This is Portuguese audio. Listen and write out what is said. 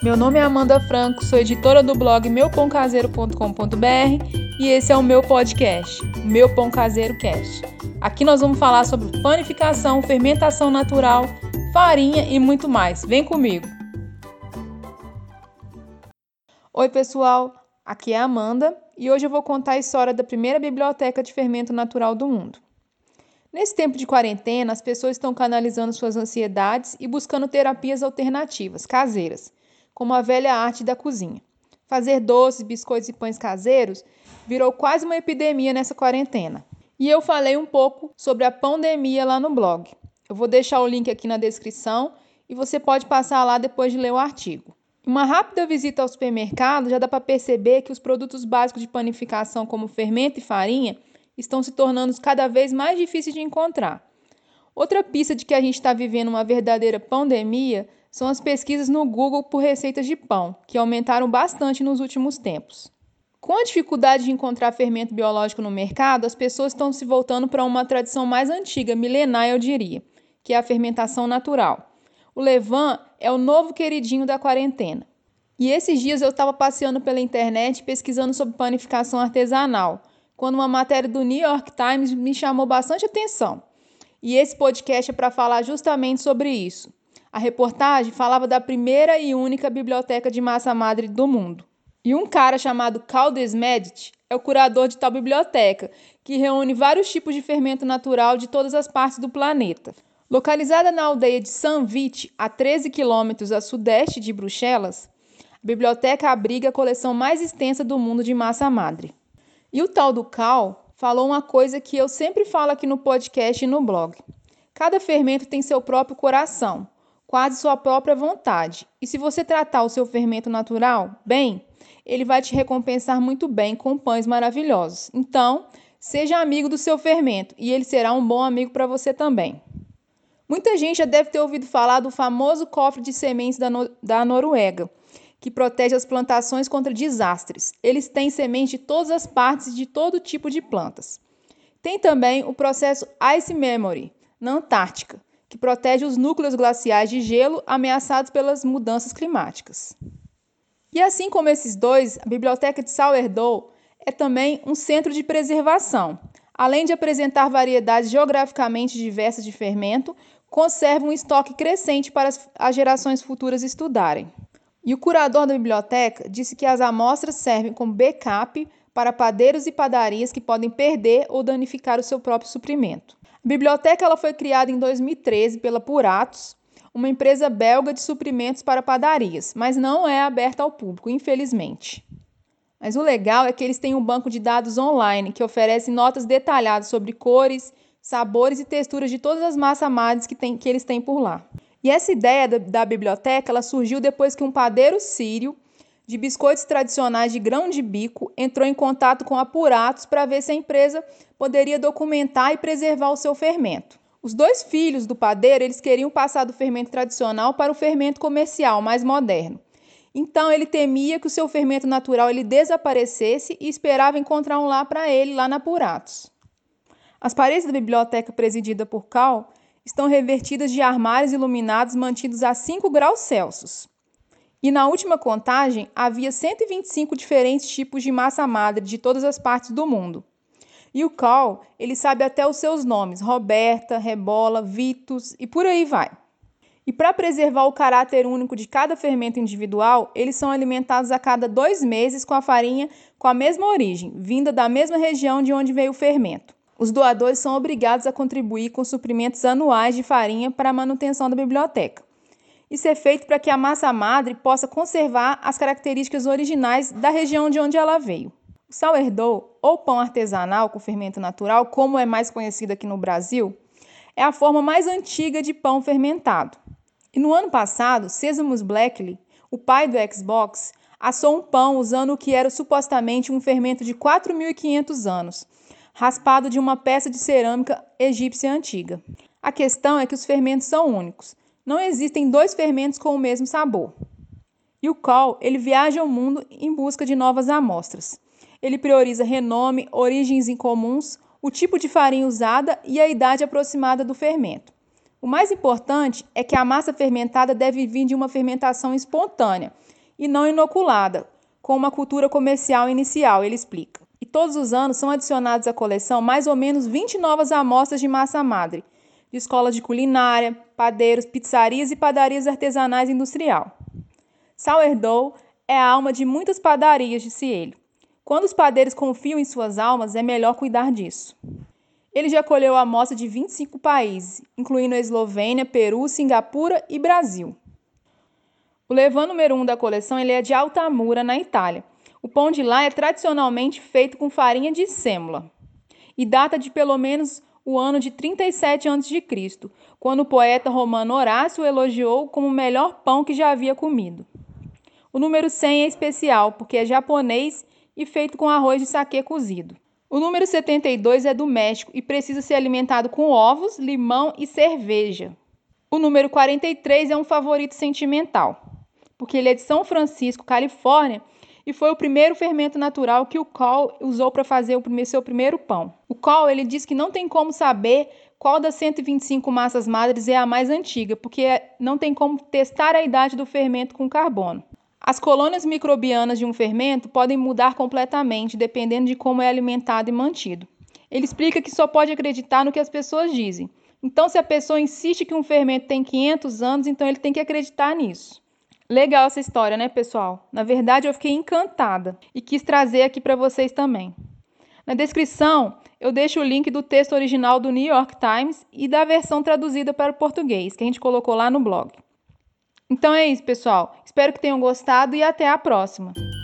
Meu nome é Amanda Franco, sou editora do blog meupãocaseiro.com.br e esse é o meu podcast, o Meu Pão Caseiro Cast. Aqui nós vamos falar sobre panificação, fermentação natural, farinha e muito mais. Vem comigo! Oi pessoal, aqui é a Amanda e hoje eu vou contar a história da primeira biblioteca de fermento natural do mundo. Nesse tempo de quarentena, as pessoas estão canalizando suas ansiedades e buscando terapias alternativas, caseiras, como a velha arte da cozinha. Fazer doces, biscoitos e pães caseiros virou quase uma epidemia nessa quarentena. E eu falei um pouco sobre a pandemia lá no blog. Eu vou deixar o link aqui na descrição e você pode passar lá depois de ler o artigo. Uma rápida visita ao supermercado já dá para perceber que os produtos básicos de panificação, como fermento e farinha, estão se tornando cada vez mais difíceis de encontrar. Outra pista de que a gente está vivendo uma verdadeira pandemia são as pesquisas no Google por receitas de pão, que aumentaram bastante nos últimos tempos. Com a dificuldade de encontrar fermento biológico no mercado, as pessoas estão se voltando para uma tradição mais antiga, milenar eu diria, que é a fermentação natural. O levain é o novo queridinho da quarentena. E esses dias eu estava passeando pela internet pesquisando sobre panificação artesanal, quando uma matéria do New York Times me chamou bastante atenção. E esse podcast é para falar justamente sobre isso. A reportagem falava da primeira e única biblioteca de massa madre do mundo. E um cara chamado Carl Desmedt é o curador de tal biblioteca, que reúne vários tipos de fermento natural de todas as partes do planeta. Localizada na aldeia de Saint-Vith, a 13 quilômetros a sudeste de Bruxelas, a biblioteca abriga a coleção mais extensa do mundo de massa madre. E o tal do Carl falou uma coisa que eu sempre falo aqui no podcast e no blog. Cada fermento tem seu próprio coração, quase sua própria vontade. E se você tratar o seu fermento natural bem, ele vai te recompensar muito bem com pães maravilhosos. Então, seja amigo do seu fermento e ele será um bom amigo para você também. Muita gente já deve ter ouvido falar do famoso cofre de sementes da Noruega, que protege as plantações contra desastres. Eles têm semente de todas as partes de todo tipo de plantas. Tem também o processo Ice Memory, na Antártica, que protege os núcleos glaciais de gelo ameaçados pelas mudanças climáticas. E assim como esses dois, a Biblioteca de Sourdough é também um centro de preservação. Além de apresentar variedades geograficamente diversas de fermento, conserva um estoque crescente para as gerações futuras estudarem. E o curador da biblioteca disse que as amostras servem como backup para padeiros e padarias que podem perder ou danificar o seu próprio suprimento. A biblioteca ela foi criada em 2013 pela Puratos, uma empresa belga de suprimentos para padarias, mas não é aberta ao público, infelizmente. Mas o legal é que eles têm um banco de dados online que oferece notas detalhadas sobre cores, sabores e texturas de todas as massas madres que eles têm por lá. E essa ideia da biblioteca ela surgiu depois que um padeiro sírio de biscoitos tradicionais de grão de bico entrou em contato com a Puratos para ver se a empresa poderia documentar e preservar o seu fermento. Os dois filhos do padeiro eles queriam passar do fermento tradicional para o fermento comercial, mais moderno. Então ele temia que o seu fermento natural ele desaparecesse e esperava encontrar um lá para ele, lá na Puratos. As paredes da biblioteca presidida por Carl estão revertidas de armários iluminados mantidos a 5 graus Celsius. E na última contagem, havia 125 diferentes tipos de massa madre de todas as partes do mundo. E o Carl, ele sabe até os seus nomes, Roberta, Rebola, Vitus e por aí vai. E para preservar o caráter único de cada fermento individual, eles são alimentados a cada 2 meses com a farinha com a mesma origem, vinda da mesma região de onde veio o fermento. Os doadores são obrigados a contribuir com suprimentos anuais de farinha para a manutenção da biblioteca. Isso é feito para que a massa madre possa conservar as características originais da região de onde ela veio. O sourdough, ou pão artesanal com fermento natural, como é mais conhecido aqui no Brasil, é a forma mais antiga de pão fermentado. E no ano passado, Seamus Blackley, o pai do Xbox, assou um pão usando o que era supostamente um fermento de 4.500 anos, raspado de uma peça de cerâmica egípcia antiga. A questão é que os fermentos são únicos. Não existem 2 fermentos com o mesmo sabor. E o Carl, ele viaja ao mundo em busca de novas amostras. Ele prioriza renome, origens incomuns, o tipo de farinha usada e a idade aproximada do fermento. O mais importante é que a massa fermentada deve vir de uma fermentação espontânea, e não inoculada, com uma cultura comercial inicial, ele explica. E todos os anos são adicionados à coleção mais ou menos 20 novas amostras de massa madre, de escolas de culinária, padeiros, pizzarias e padarias artesanais industrial. Sourdough é a alma de muitas padarias, disse ele. Quando os padeiros confiam em suas almas, é melhor cuidar disso. Ele já colheu a amostra de 25 países, incluindo a Eslovênia, Peru, Singapura e Brasil. O levain número 1 da coleção ele é de Altamura, na Itália. O pão de lá é tradicionalmente feito com farinha de sêmola e data de pelo menos o ano de 37 a.C., quando o poeta romano Horácio o elogiou como o melhor pão que já havia comido. O número 100 é especial porque é japonês e feito com arroz de saquê cozido. O número 72 é do México e precisa ser alimentado com ovos, limão e cerveja. O número 43 é um favorito sentimental, porque ele é de São Francisco, Califórnia, e foi o primeiro fermento natural que o Cole usou para fazer seu primeiro pão. O Cole ele diz que não tem como saber qual das 125 massas madres é a mais antiga, porque não tem como testar a idade do fermento com carbono. As colônias microbianas de um fermento podem mudar completamente, dependendo de como é alimentado e mantido. Ele explica que só pode acreditar no que as pessoas dizem. Então, se a pessoa insiste que um fermento tem 500 anos, então ele tem que acreditar nisso. Legal essa história, né, pessoal? Na verdade, eu fiquei encantada e quis trazer aqui para vocês também. Na descrição, eu deixo o link do texto original do New York Times e da versão traduzida para o português, que a gente colocou lá no blog. Então é isso, pessoal. Espero que tenham gostado e até a próxima.